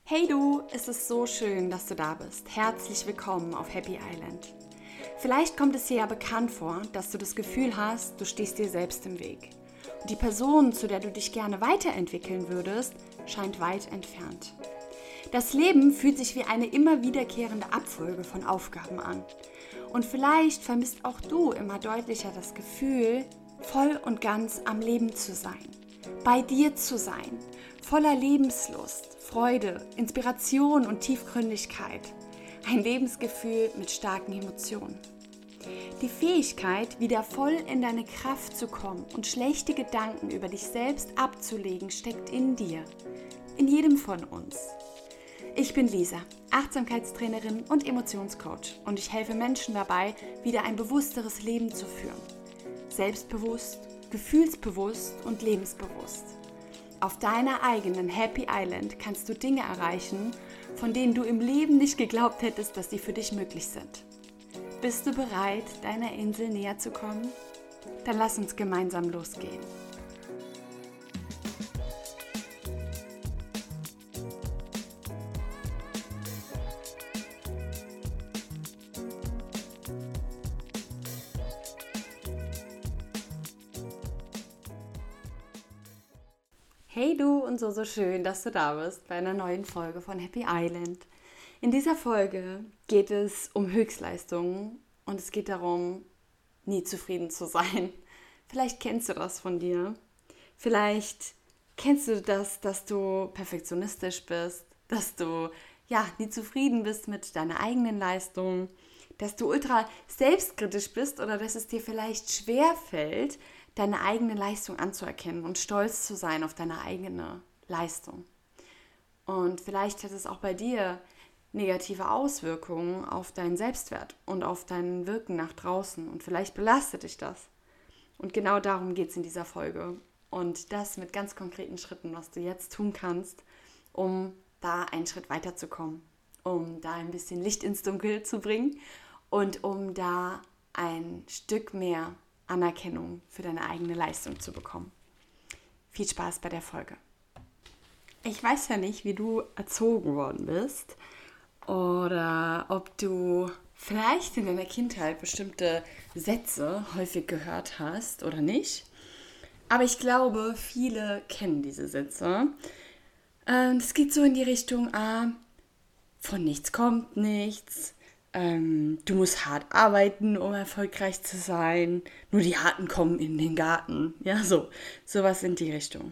Hey du, es ist so schön, dass du da bist. Herzlich willkommen auf Happy Island. Vielleicht kommt es dir ja bekannt vor, dass du das Gefühl hast, du stehst dir selbst im Weg. Und die Person, zu der du dich gerne weiterentwickeln würdest, scheint weit entfernt. Das Leben fühlt sich wie eine immer wiederkehrende Abfolge von Aufgaben an. Und vielleicht vermisst auch du immer deutlicher das Gefühl, voll und ganz am Leben zu sein, bei dir zu sein, voller Lebenslust, Freude, Inspiration und Tiefgründigkeit. Ein Lebensgefühl mit starken Emotionen. Die Fähigkeit, wieder voll in deine Kraft zu kommen und schlechte Gedanken über dich selbst abzulegen, steckt in dir, in jedem von uns. Ich bin Lisa, Achtsamkeitstrainerin und Emotionscoach und ich helfe Menschen dabei, wieder ein bewussteres Leben zu führen. Selbstbewusst, gefühlsbewusst und lebensbewusst. Auf deiner eigenen Happy Island kannst du Dinge erreichen, von denen du im Leben nicht geglaubt hättest, dass sie für dich möglich sind. Bist du bereit, deiner Insel näher zu kommen? Dann lass uns gemeinsam losgehen. Hey du und so schön, dass du da bist bei einer neuen Folge von Happy Island. In dieser Folge geht es um Höchstleistungen und es geht darum, nie zufrieden zu sein. Vielleicht kennst du das von dir. Vielleicht kennst du das, dass du perfektionistisch bist, dass du nie zufrieden bist mit deiner eigenen Leistung, dass du ultra selbstkritisch bist oder dass es dir vielleicht schwerfällt, deine eigene Leistung anzuerkennen und stolz zu sein auf deine eigene Leistung. Und vielleicht hat es auch bei dir negative Auswirkungen auf deinen Selbstwert und auf dein Wirken nach draußen und vielleicht belastet dich das. Und genau darum geht es in dieser Folge. Und das mit ganz konkreten Schritten, was du jetzt tun kannst, um da einen Schritt weiterzukommen, um da ein bisschen Licht ins Dunkel zu bringen und um da ein Stück mehr Anerkennung für deine eigene Leistung zu bekommen. Viel Spaß bei der Folge. Ich weiß ja nicht, wie du erzogen worden bist oder ob du vielleicht in deiner Kindheit bestimmte Sätze häufig gehört hast oder nicht. Aber ich glaube, viele kennen diese Sätze. Es geht so in die Richtung, von nichts kommt nichts. Du musst hart arbeiten, um erfolgreich zu sein. Nur die Harten kommen in den Garten. Ja, sowas in die Richtung.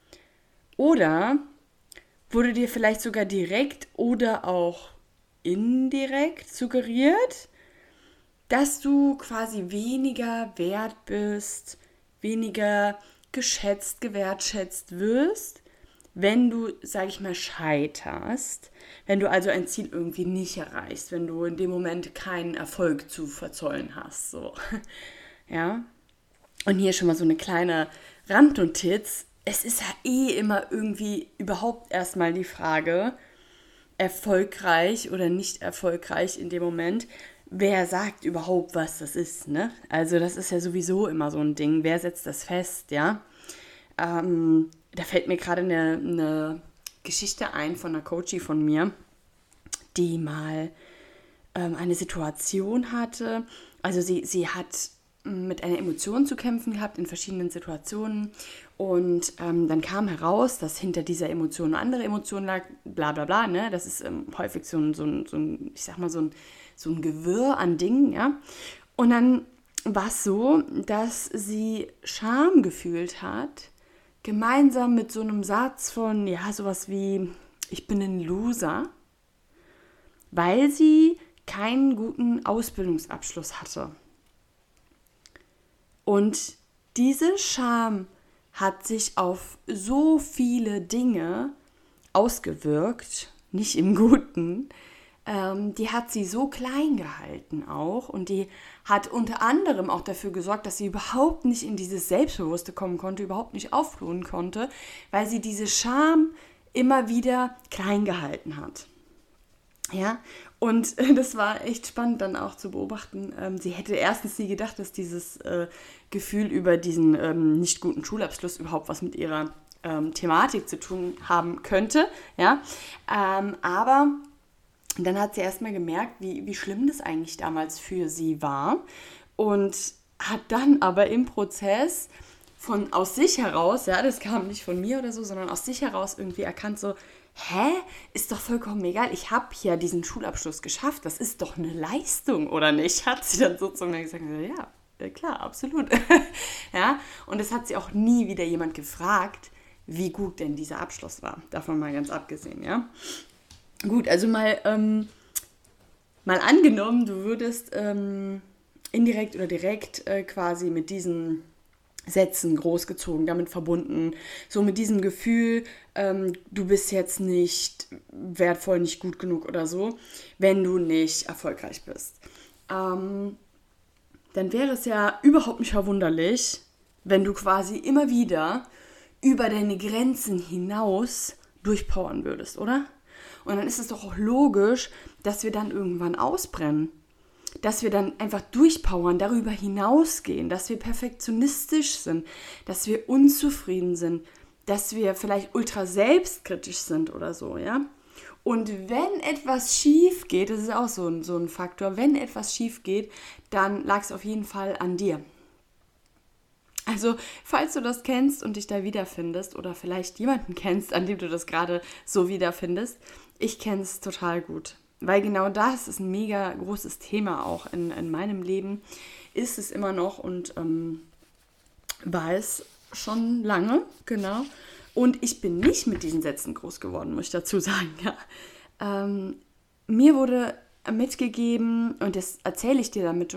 Oder wurde dir vielleicht sogar direkt oder auch indirekt suggeriert, dass du quasi weniger wert bist, weniger geschätzt, gewertschätzt wirst, wenn du, sage ich mal, scheiterst, wenn du also ein Ziel irgendwie nicht erreichst, wenn du in dem Moment keinen Erfolg zu verzollen hast, so, ja. Und hier schon mal so eine kleine Randnotiz. Es ist ja immer irgendwie überhaupt erstmal die Frage, erfolgreich oder nicht erfolgreich in dem Moment, wer sagt überhaupt, was das ist, ne? Also das ist ja sowieso immer so ein Ding, wer setzt das fest, ja? Da fällt mir gerade eine Geschichte ein von einer Coachie von mir, die mal eine Situation hatte. Also sie hat mit einer Emotion zu kämpfen gehabt in verschiedenen Situationen und dann kam heraus, dass hinter dieser Emotion eine andere Emotion lag, bla bla bla, ne? Das ist häufig so ein, ich sag mal, so ein Gewirr an Dingen, ja. Und dann war es so, dass sie Scham gefühlt hat, gemeinsam mit so einem Satz von, sowas wie, ich bin ein Loser, weil sie keinen guten Ausbildungsabschluss hatte. Und diese Scham hat sich auf so viele Dinge ausgewirkt, nicht im Guten, die hat sie so klein gehalten auch und die hat unter anderem auch dafür gesorgt, dass sie überhaupt nicht in dieses Selbstbewusste kommen konnte, überhaupt nicht aufblühen konnte, weil sie diese Scham immer wieder klein gehalten hat. Ja, und das war echt spannend dann auch zu beobachten. Sie hätte erstens nie gedacht, dass dieses Gefühl über diesen nicht guten Schulabschluss überhaupt was mit ihrer Thematik zu tun haben könnte, ja, aber dann hat sie erstmal gemerkt, wie schlimm das eigentlich damals für sie war und hat dann aber im Prozess aus sich heraus, ja, das kam nicht von mir oder so, sondern aus sich heraus irgendwie erkannt so, ist doch vollkommen egal, ich habe ja diesen Schulabschluss geschafft, das ist doch eine Leistung, oder nicht? Hat sie dann so zu mir gesagt, ja, klar, absolut. Ja, und es hat sie auch nie wieder jemand gefragt, wie gut denn dieser Abschluss war, davon mal ganz abgesehen, ja. Gut, also mal angenommen, du würdest indirekt oder direkt quasi mit diesen Sätzen großgezogen, damit verbunden, so mit diesem Gefühl, du bist jetzt nicht wertvoll, nicht gut genug oder so, wenn du nicht erfolgreich bist. Dann wäre es ja überhaupt nicht verwunderlich, wenn du quasi immer wieder über deine Grenzen hinaus durchpowern würdest, oder? Und dann ist es doch auch logisch, dass wir dann irgendwann ausbrennen. Dass wir dann einfach durchpowern, darüber hinausgehen, dass wir perfektionistisch sind, dass wir unzufrieden sind, dass wir vielleicht ultra selbstkritisch sind oder so, ja. Und wenn etwas schief geht, das ist auch so ein Faktor, wenn etwas schief geht, dann lag es auf jeden Fall an dir. Also, falls du das kennst und dich da wiederfindest oder vielleicht jemanden kennst, an dem du das gerade so wiederfindest, ich kenne es total gut. Weil genau das ist ein mega großes Thema auch in meinem Leben, ist es immer noch und war es schon lange, genau. Und ich bin nicht mit diesen Sätzen groß geworden, muss ich dazu sagen. Ja. Mir wurde mitgegeben, und das erzähle ich dir, damit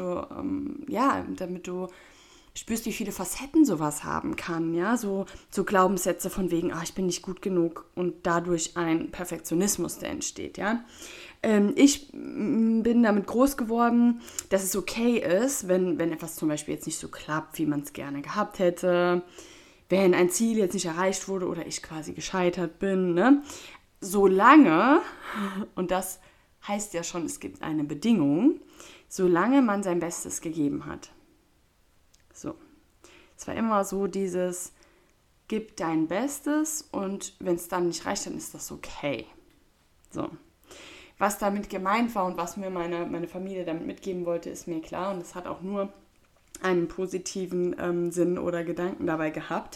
du spürst, wie viele Facetten sowas haben kann, ja, so Glaubenssätze von wegen, ich bin nicht gut genug und dadurch ein Perfektionismus, der entsteht, ja. Ich bin damit groß geworden, dass es okay ist, wenn etwas zum Beispiel jetzt nicht so klappt, wie man es gerne gehabt hätte, wenn ein Ziel jetzt nicht erreicht wurde oder ich quasi gescheitert bin, ne? Solange, und das heißt ja schon, es gibt eine Bedingung, solange man sein Bestes gegeben hat. So, es war immer so dieses, gib dein Bestes und wenn es dann nicht reicht, dann ist das okay. So, was damit gemeint war und was mir meine Familie damit mitgeben wollte, ist mir klar und es hat auch nur einen positiven Sinn oder Gedanken dabei gehabt.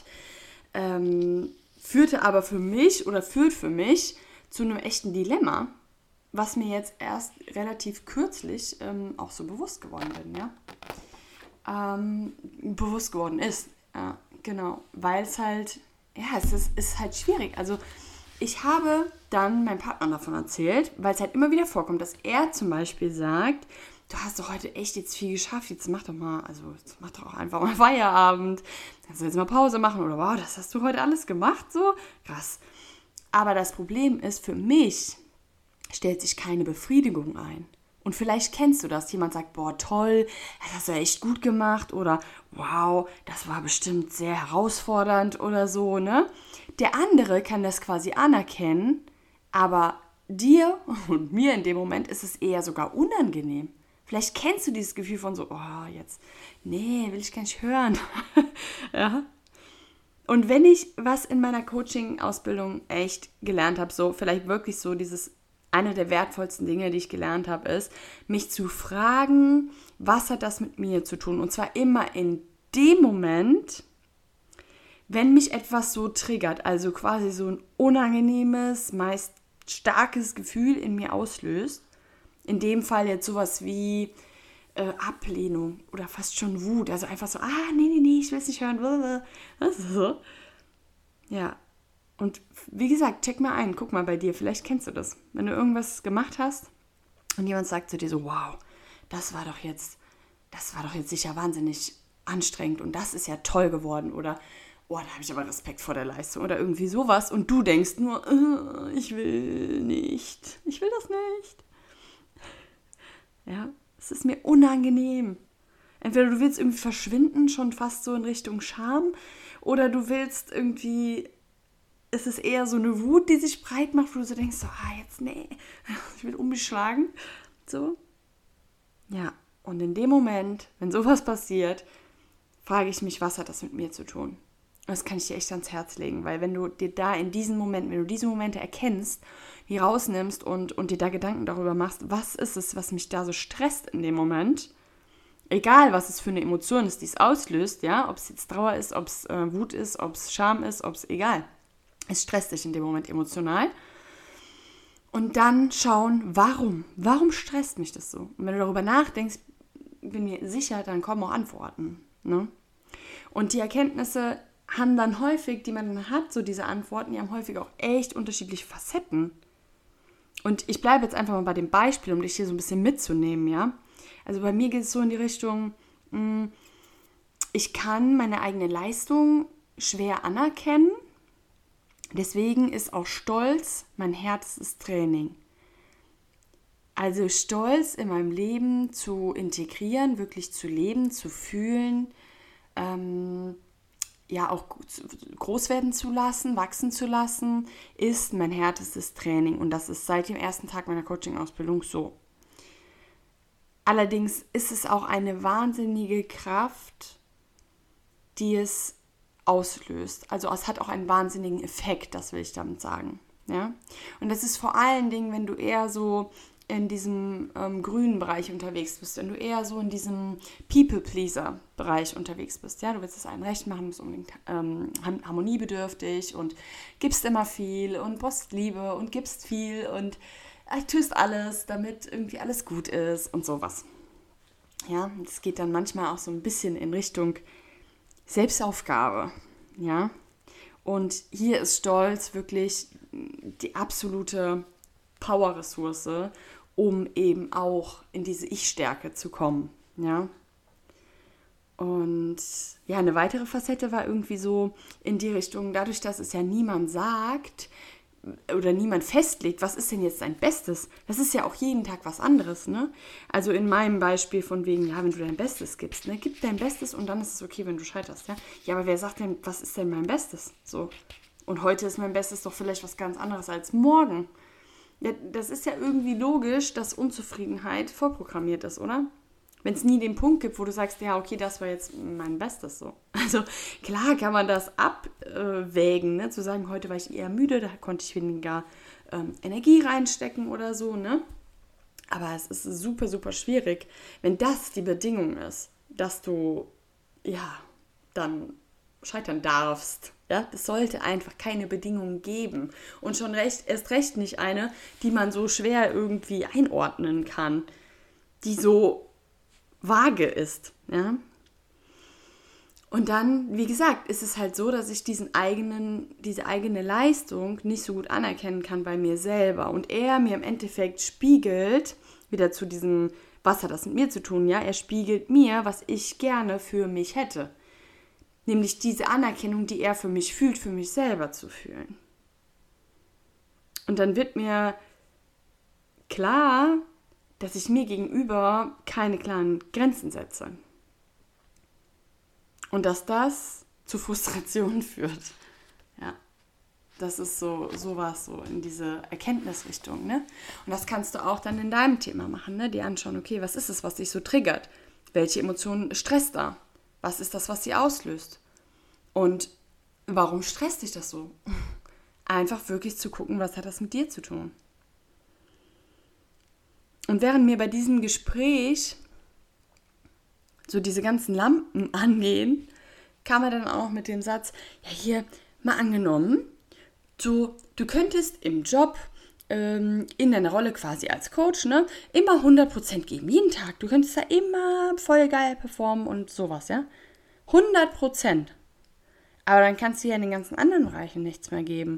Führt für mich zu einem echten Dilemma, was mir jetzt erst relativ kürzlich auch so bewusst geworden bin, ja. Bewusst geworden ist. Ja, genau. Weil es halt, ist halt schwierig. Also ich habe dann meinem Partner davon erzählt, weil es halt immer wieder vorkommt, dass er zum Beispiel sagt, du hast doch heute echt jetzt viel geschafft, jetzt mach doch auch einfach mal Feierabend, kannst du jetzt mal Pause machen oder wow, das hast du heute alles gemacht, so krass. Aber das Problem ist, für mich stellt sich keine Befriedigung ein. Und vielleicht kennst du das. Jemand sagt, boah, toll, das hast du ja echt gut gemacht. Oder wow, das war bestimmt sehr herausfordernd oder so, ne? Der andere kann das quasi anerkennen, aber dir und mir in dem Moment ist es eher sogar unangenehm. Vielleicht kennst du dieses Gefühl von so, will ich gar nicht hören. Ja. Und wenn ich was in meiner Coaching-Ausbildung echt gelernt habe, so vielleicht wirklich so eine der wertvollsten Dinge, die ich gelernt habe, ist, mich zu fragen, was hat das mit mir zu tun? Und zwar immer in dem Moment, wenn mich etwas so triggert, also quasi so ein unangenehmes, meist starkes Gefühl in mir auslöst. In dem Fall jetzt sowas wie Ablehnung oder fast schon Wut. Also einfach so, nee, ich will es nicht hören. Das ist so. Ja. Und wie gesagt, check mal ein, guck mal bei dir, vielleicht kennst du das. Wenn du irgendwas gemacht hast und jemand sagt zu dir so, wow, das war doch jetzt sicher wahnsinnig anstrengend und das ist ja toll geworden oder, da habe ich aber Respekt vor der Leistung oder irgendwie sowas und du denkst nur, ich will das nicht. Ja, es ist mir unangenehm. Entweder du willst irgendwie verschwinden, schon fast so in Richtung Scham, oder du willst irgendwie, es ist eher so eine Wut, die sich breit macht, wo du so denkst, jetzt nee, ich will um mich schlagen. So. Ja, und in dem Moment, wenn sowas passiert, frage ich mich, was hat das mit mir zu tun? Das kann ich dir echt ans Herz legen, weil wenn du dir da in diesen Momenten, wenn du diese Momente erkennst, die rausnimmst und dir da Gedanken darüber machst, was ist es, was mich da so stresst in dem Moment, egal was es für eine Emotion ist, die es auslöst, ja, ob es jetzt Trauer ist, ob es Wut ist, ob es Scham ist, ob es egal, es stresst dich in dem Moment emotional. Und dann schauen, warum stresst mich das so? Und wenn du darüber nachdenkst, bin mir sicher, dann kommen auch Antworten. Ne? Und die Erkenntnisse haben dann häufig, die man dann hat, so diese Antworten, die haben häufig auch echt unterschiedliche Facetten. Und ich bleibe jetzt einfach mal bei dem Beispiel, um dich hier so ein bisschen mitzunehmen, ja. Also bei mir geht es so in die Richtung, ich kann meine eigene Leistung schwer anerkennen. Deswegen ist auch Stolz mein härtestes Training. Also Stolz in meinem Leben zu integrieren, wirklich zu leben, zu fühlen, auch groß werden zu lassen, wachsen zu lassen, ist mein härtestes Training. Und das ist seit dem ersten Tag meiner Coaching-Ausbildung so. Allerdings ist es auch eine wahnsinnige Kraft, die es auslöst. Also es hat auch einen wahnsinnigen Effekt, das will ich damit sagen. Ja? Und das ist vor allen Dingen, wenn du eher so in diesem grünen Bereich unterwegs bist, wenn du eher so in diesem People-Pleaser-Bereich unterwegs bist. Ja? Du willst es allen recht machen, bist unbedingt harmoniebedürftig und gibst immer viel und brauchst Liebe und gibst viel und tust alles, damit irgendwie alles gut ist und sowas. Ja, das geht dann manchmal auch so ein bisschen in Richtung Selbstaufgabe, ja. Und hier ist Stolz wirklich die absolute Power-Ressource, um eben auch in diese Ich-Stärke zu kommen, ja. Und ja, eine weitere Facette war irgendwie so in die Richtung, dadurch, dass es ja niemand sagt oder niemand festlegt, was ist denn jetzt dein Bestes? Das ist ja auch jeden Tag was anderes, ne? Also in meinem Beispiel von wegen, ja, wenn du dein Bestes gibst, ne? Gib dein Bestes und dann ist es okay, wenn du scheiterst, ja? Ja, aber wer sagt denn, was ist denn mein Bestes? So. Und heute ist mein Bestes doch vielleicht was ganz anderes als morgen. Ja, das ist ja irgendwie logisch, dass Unzufriedenheit vorprogrammiert ist, oder? Wenn es nie den Punkt gibt, wo du sagst, ja, okay, das war jetzt mein Bestes so. Also klar kann man das abwägen, ne? Zu sagen, heute war ich eher müde, da konnte ich weniger Energie reinstecken oder so, ne? Aber es ist super, super schwierig, wenn das die Bedingung ist, dass du, ja, dann scheitern darfst. Ja, es sollte einfach keine Bedingungen geben. Und schon erst recht nicht eine, die man so schwer irgendwie einordnen kann, die so vage ist, ja. Und dann, wie gesagt, ist es halt so, dass ich diese eigene Leistung nicht so gut anerkennen kann bei mir selber. Und er mir im Endeffekt spiegelt, wieder zu diesem, was hat das mit mir zu tun, ja? Er spiegelt mir, was ich gerne für mich hätte. Nämlich diese Anerkennung, die er für mich fühlt, für mich selber zu fühlen. Und dann wird mir klar, dass ich mir gegenüber keine klaren Grenzen setze. Und dass das zu Frustration führt. Ja, das ist sowas so in diese Erkenntnisrichtung, ne? Und das kannst du auch dann in deinem Thema machen, ne? Dir anschauen, okay, was ist es, was dich so triggert? Welche Emotionen stresst da? Was ist das, was sie auslöst? Und warum stresst dich das so? Einfach wirklich zu gucken, was hat das mit dir zu tun? Und während mir bei diesem Gespräch so diese ganzen Lampen angehen, kam er dann auch mit dem Satz, ja hier, mal angenommen, du könntest im Job, in deiner Rolle quasi als Coach, ne, immer 100% geben, jeden Tag. Du könntest da immer voll geil performen und sowas, ja. 100%. Aber dann kannst du ja in den ganzen anderen Bereichen nichts mehr geben.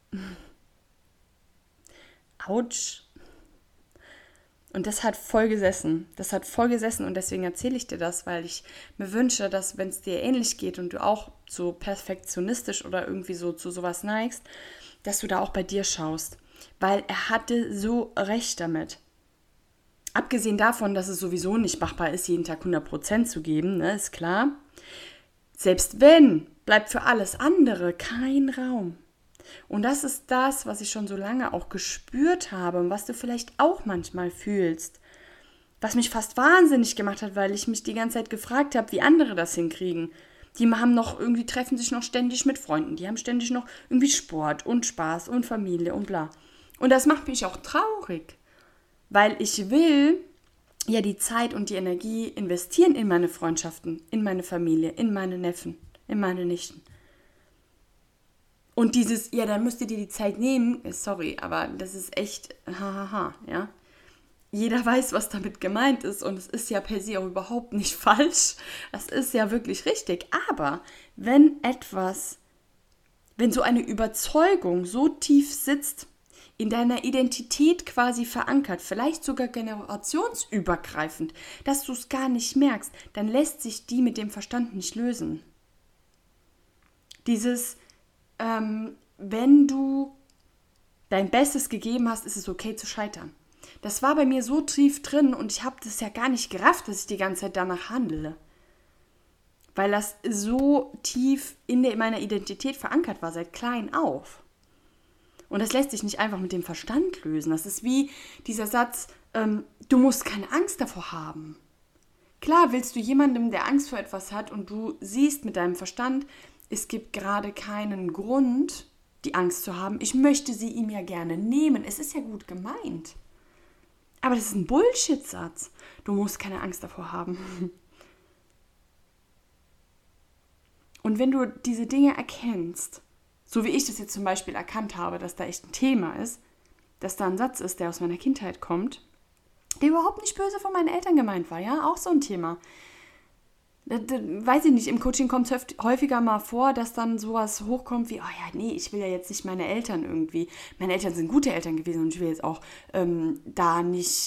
Autsch. Und das hat voll gesessen. Und deswegen erzähle ich dir das, weil ich mir wünsche, dass, wenn es dir ähnlich geht und du auch so perfektionistisch oder irgendwie so zu sowas neigst, dass du da auch bei dir schaust. Weil er hatte so recht damit. Abgesehen davon, dass es sowieso nicht machbar ist, jeden Tag 100% zu geben, ne, ist klar. Selbst wenn, bleibt für alles andere kein Raum. Und das ist das, was ich schon so lange auch gespürt habe und was du vielleicht auch manchmal fühlst. Was mich fast wahnsinnig gemacht hat, weil ich mich die ganze Zeit gefragt habe, wie andere das hinkriegen. Die haben noch irgendwie, treffen sich noch ständig mit Freunden. Die haben ständig noch irgendwie Sport und Spaß und Familie und bla. Und das macht mich auch traurig, weil ich will ja die Zeit und die Energie investieren in meine Freundschaften, in meine Familie, in meine Neffen, in meine Nichten. Und dieses, ja, dann müsst ihr dir die Zeit nehmen, sorry, aber das ist echt, hahaha, ja. Jeder weiß, was damit gemeint ist und es ist ja per se auch überhaupt nicht falsch. Das ist ja wirklich richtig. Aber wenn so eine Überzeugung so tief sitzt, in deiner Identität quasi verankert, vielleicht sogar generationsübergreifend, dass du es gar nicht merkst, dann lässt sich die mit dem Verstand nicht lösen. Dieses, wenn du dein Bestes gegeben hast, ist es okay zu scheitern. Das war bei mir so tief drin und ich habe das ja gar nicht gerafft, dass ich die ganze Zeit danach handle. Weil das so tief in meiner Identität verankert war, seit klein auf. Und das lässt sich nicht einfach mit dem Verstand lösen. Das ist wie dieser Satz, du musst keine Angst davor haben. Klar willst du jemandem, der Angst vor etwas hat und du siehst mit deinem Verstand, es gibt gerade keinen Grund, die Angst zu haben. Ich möchte sie ihm ja gerne nehmen. Es ist ja gut gemeint. Aber das ist ein Bullshit-Satz. Du musst keine Angst davor haben. Und wenn du diese Dinge erkennst, so wie ich das jetzt zum Beispiel erkannt habe, dass da echt ein Thema ist, dass da ein Satz ist, der aus meiner Kindheit kommt, der überhaupt nicht böse von meinen Eltern gemeint war, ja, auch so ein Thema. Weiß ich nicht, im Coaching kommt es häufiger mal vor, dass dann sowas hochkommt wie, oh ja, nee, ich will ja jetzt nicht meine Eltern irgendwie, meine Eltern sind gute Eltern gewesen und ich will jetzt auch da nicht,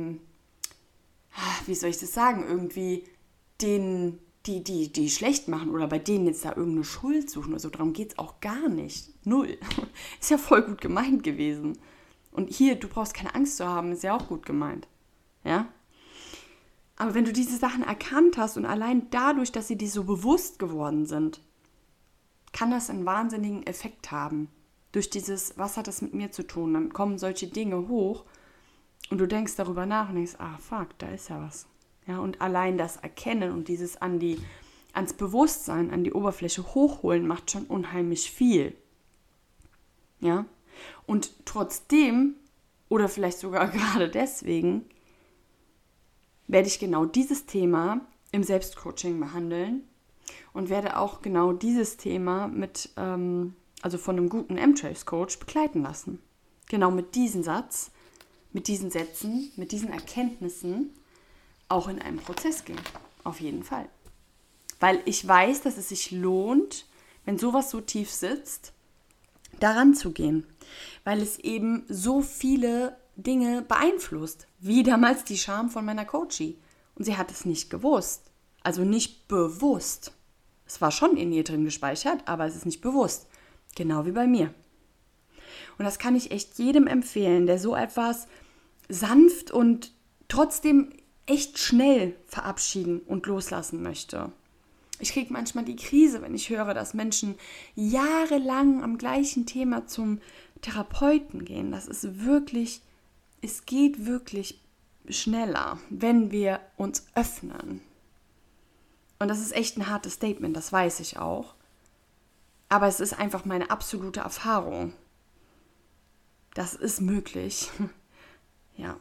wie soll ich das sagen, irgendwie denen, die schlecht machen oder bei denen jetzt da irgendeine Schuld suchen oder so, darum geht es auch gar nicht, null. Ist ja voll gut gemeint gewesen. Und hier, du brauchst keine Angst zu haben, ist ja auch gut gemeint, ja. Aber wenn du diese Sachen erkannt hast und allein dadurch, dass sie dir so bewusst geworden sind, kann das einen wahnsinnigen Effekt haben. Durch dieses, was hat das mit mir zu tun? Dann kommen solche Dinge hoch und du denkst darüber nach und denkst, ah fuck, da ist ja was. Ja, und allein das Erkennen und dieses ans Bewusstsein, an die Oberfläche hochholen, macht schon unheimlich viel. Ja, und trotzdem, oder vielleicht sogar gerade deswegen, werde ich genau dieses Thema im Selbstcoaching behandeln und werde auch genau dieses Thema also von einem guten M-Trace-Coach begleiten lassen. Genau mit diesem Satz, mit diesen Sätzen, mit diesen Erkenntnissen auch in einen Prozess gehen. Auf jeden Fall. Weil ich weiß, dass es sich lohnt, wenn sowas so tief sitzt, daran zu gehen. Weil es eben so viele Dinge beeinflusst, wie damals die Scham von meiner Coachie. Und sie hat es nicht gewusst, also nicht bewusst. Es war schon in ihr drin gespeichert, aber es ist nicht bewusst. Genau wie bei mir. Und das kann ich echt jedem empfehlen, der so etwas sanft und trotzdem echt schnell verabschieden und loslassen möchte. Ich kriege manchmal die Krise, wenn ich höre, dass Menschen jahrelang am gleichen Thema zum Therapeuten gehen. Das ist wirklich, es geht wirklich schneller, wenn wir uns öffnen. Und das ist echt ein hartes Statement, das weiß ich auch. Aber es ist einfach meine absolute Erfahrung. Das ist möglich. Ja.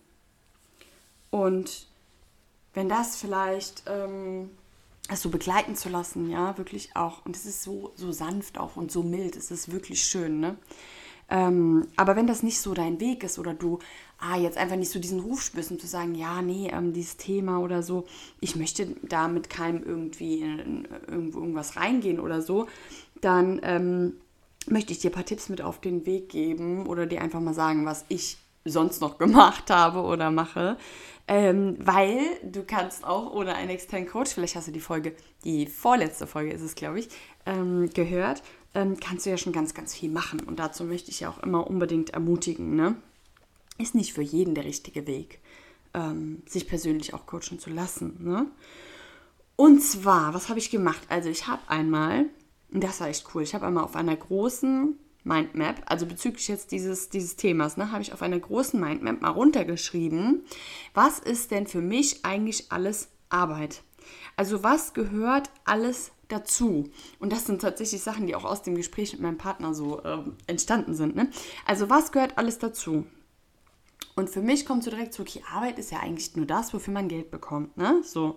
Und wenn das vielleicht, es so begleiten zu lassen, ja, wirklich auch. Und es ist so sanft auch und so mild, es ist wirklich schön, ne? Aber wenn das nicht so dein Weg ist oder du jetzt einfach nicht so diesen Ruf spürst, um zu sagen, ja, nee, dieses Thema oder so, ich möchte da mit keinem irgendwie in irgendwas reingehen oder so, dann möchte ich dir ein paar Tipps mit auf den Weg geben oder dir einfach mal sagen, was ich sonst noch gemacht habe oder mache. Weil du kannst auch ohne einen externen Coach, vielleicht hast du die vorletzte Folge ist es, glaube ich, gehört, kannst du ja schon ganz, ganz viel machen. Und dazu möchte ich ja auch immer unbedingt ermutigen, ne? Ist nicht für jeden der richtige Weg, sich persönlich auch coachen zu lassen, ne? Und zwar, was habe ich gemacht? Also ich habe einmal, das war echt cool, ich habe einmal auf einer großen Mindmap, also bezüglich jetzt dieses Themas, ne, habe ich auf einer großen Mindmap mal runtergeschrieben, was ist denn für mich eigentlich alles Arbeit? Also was gehört alles dazu. Und das sind tatsächlich Sachen, die auch aus dem Gespräch mit meinem Partner so entstanden sind. Ne? Also was gehört alles dazu? Und für mich kommt so direkt so, okay, Arbeit ist ja eigentlich nur das, wofür man Geld bekommt. Ne? So.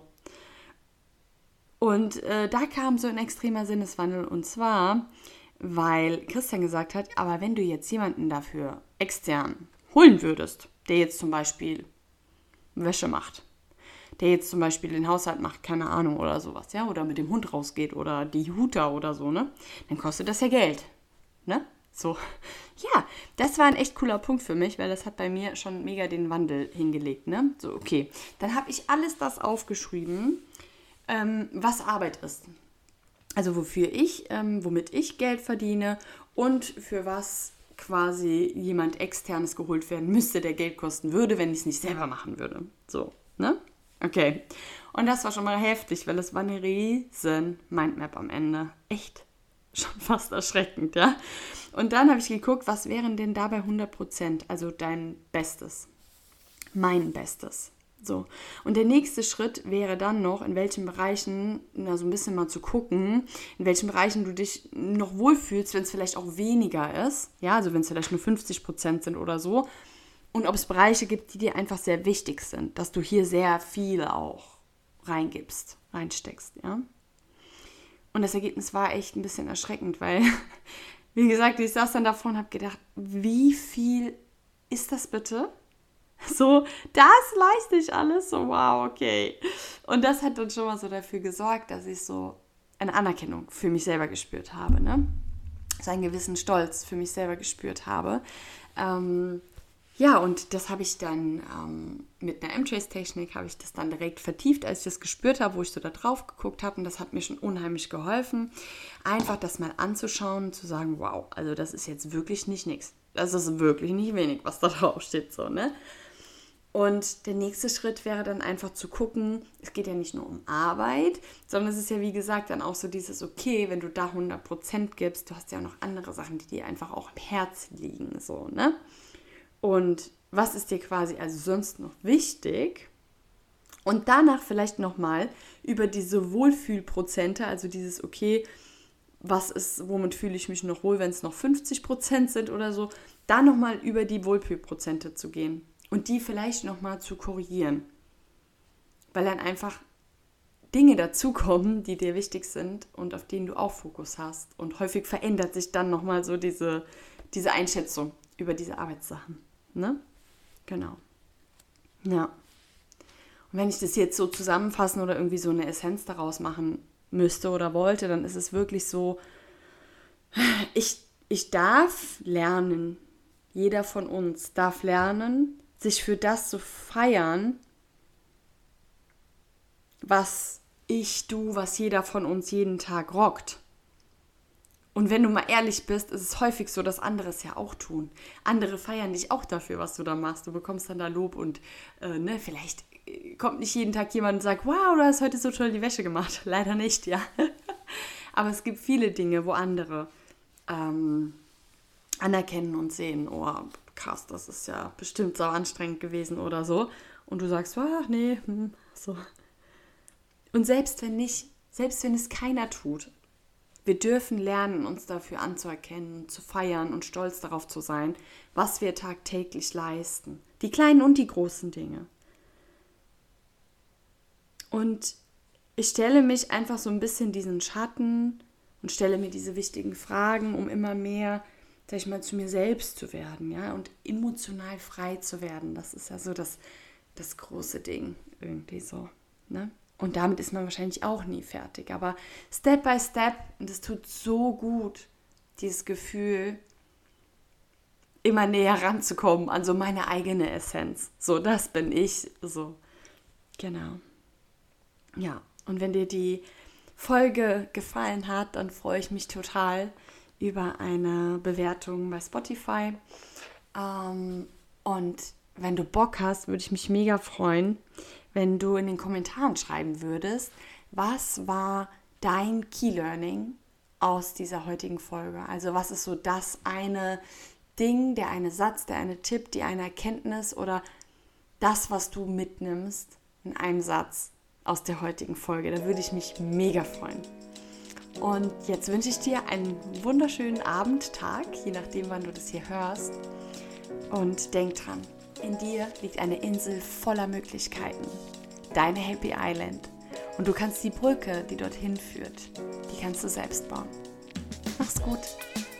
Und da kam so ein extremer Sinneswandel. Und zwar, weil Christian gesagt hat, aber wenn du jetzt jemanden dafür extern holen würdest, der jetzt zum Beispiel Wäsche macht, der jetzt zum Beispiel den Haushalt macht, keine Ahnung, oder sowas, ja, oder mit dem Hund rausgeht oder die Huta oder so, ne, dann kostet das ja Geld, ne, so. Ja, das war ein echt cooler Punkt für mich, weil das hat bei mir schon mega den Wandel hingelegt, ne, so, okay, dann habe ich alles das aufgeschrieben, was Arbeit ist. Also womit ich Geld verdiene und für was quasi jemand Externes geholt werden müsste, der Geld kosten würde, wenn ich es nicht selber machen würde. So, ne? Okay. Und das war schon mal heftig, weil es war eine riesen Mindmap am Ende. Echt schon fast erschreckend, ja? Und dann habe ich geguckt, was wären denn dabei 100%, also dein Bestes, mein Bestes. So. Und der nächste Schritt wäre dann noch, in welchen Bereichen, so ein bisschen mal zu gucken, in welchen Bereichen du dich noch wohlfühlst, wenn es vielleicht auch weniger ist. Ja, also wenn es vielleicht nur 50% sind oder so. Und ob es Bereiche gibt, die dir einfach sehr wichtig sind, dass du hier sehr viel auch reinsteckst, ja. Und das Ergebnis war echt ein bisschen erschreckend, weil, wie gesagt, ich saß dann davor und habe gedacht, wie viel ist das bitte? So, das leiste ich alles, so wow, okay. Und das hat dann schon mal so dafür gesorgt, dass ich so eine Anerkennung für mich selber gespürt habe, ne? So einen gewissen Stolz für mich selber gespürt habe. Ja, und das habe ich dann mit einer M-Trace-Technik habe ich das dann direkt vertieft, als ich das gespürt habe, wo ich so da drauf geguckt habe. Und das hat mir schon unheimlich geholfen, einfach das mal anzuschauen und zu sagen, wow, also das ist jetzt wirklich nicht nichts. Das ist wirklich nicht wenig, was da drauf steht, so, ne? Und der nächste Schritt wäre dann einfach zu gucken, es geht ja nicht nur um Arbeit, sondern es ist ja wie gesagt dann auch so dieses, okay, wenn du da 100% gibst, du hast ja auch noch andere Sachen, die dir einfach auch im Herzen liegen, so, ne? Und was ist dir quasi also sonst noch wichtig? Und danach vielleicht nochmal über diese Wohlfühlprozente, also dieses, okay, womit fühle ich mich noch wohl, wenn es noch 50% sind oder so, da nochmal über die Wohlfühlprozente zu gehen. Und die vielleicht nochmal zu korrigieren. Weil dann einfach Dinge dazukommen, die dir wichtig sind und auf denen du auch Fokus hast. Und häufig verändert sich dann nochmal so diese Einschätzung über diese Arbeitssachen. Ne? Genau. Ja. Und wenn ich das jetzt so zusammenfassen oder irgendwie so eine Essenz daraus machen müsste oder wollte, dann ist es wirklich so, ich darf lernen, jeder von uns darf lernen, sich für das zu feiern, was was jeder von uns jeden Tag rockt. Und wenn du mal ehrlich bist, ist es häufig so, dass andere es ja auch tun. Andere feiern dich auch dafür, was du da machst. Du bekommst dann da Lob und vielleicht kommt nicht jeden Tag jemand und sagt, wow, du hast heute so toll die Wäsche gemacht. Leider nicht, ja. Aber es gibt viele Dinge, wo andere anerkennen und sehen, oh, krass, das ist ja bestimmt sau anstrengend gewesen oder so. Und du sagst, ach nee, so. Und selbst wenn es keiner tut, wir dürfen lernen, uns dafür anzuerkennen, zu feiern und stolz darauf zu sein, was wir tagtäglich leisten. Die kleinen und die großen Dinge. Und ich stelle mich einfach so ein bisschen diesen Schatten und stelle mir diese wichtigen Fragen, um immer mehr, sag ich mal, zu mir selbst zu werden, ja, und emotional frei zu werden. Das ist ja so das große Ding irgendwie so, ne? Und damit ist man wahrscheinlich auch nie fertig. Aber Step by Step, und es tut so gut, dieses Gefühl, immer näher ranzukommen an so meine eigene Essenz. So, das bin ich, so, genau. Ja, und wenn dir die Folge gefallen hat, dann freue ich mich total über eine Bewertung bei Spotify. Und wenn du Bock hast, würde ich mich mega freuen, wenn du in den Kommentaren schreiben würdest, was war dein Key Learning aus dieser heutigen Folge? Also was ist so das eine Ding, der eine Satz, der eine Tipp, die eine Erkenntnis oder das, was du mitnimmst in einem Satz aus der heutigen Folge? Da würde ich mich mega freuen. Und jetzt wünsche ich dir einen wunderschönen Abend, Tag, je nachdem, wann du das hier hörst. Und denk dran, in dir liegt eine Insel voller Möglichkeiten. Deine Happy Island. Und du kannst die Brücke, die dorthin führt, die kannst du selbst bauen. Mach's gut.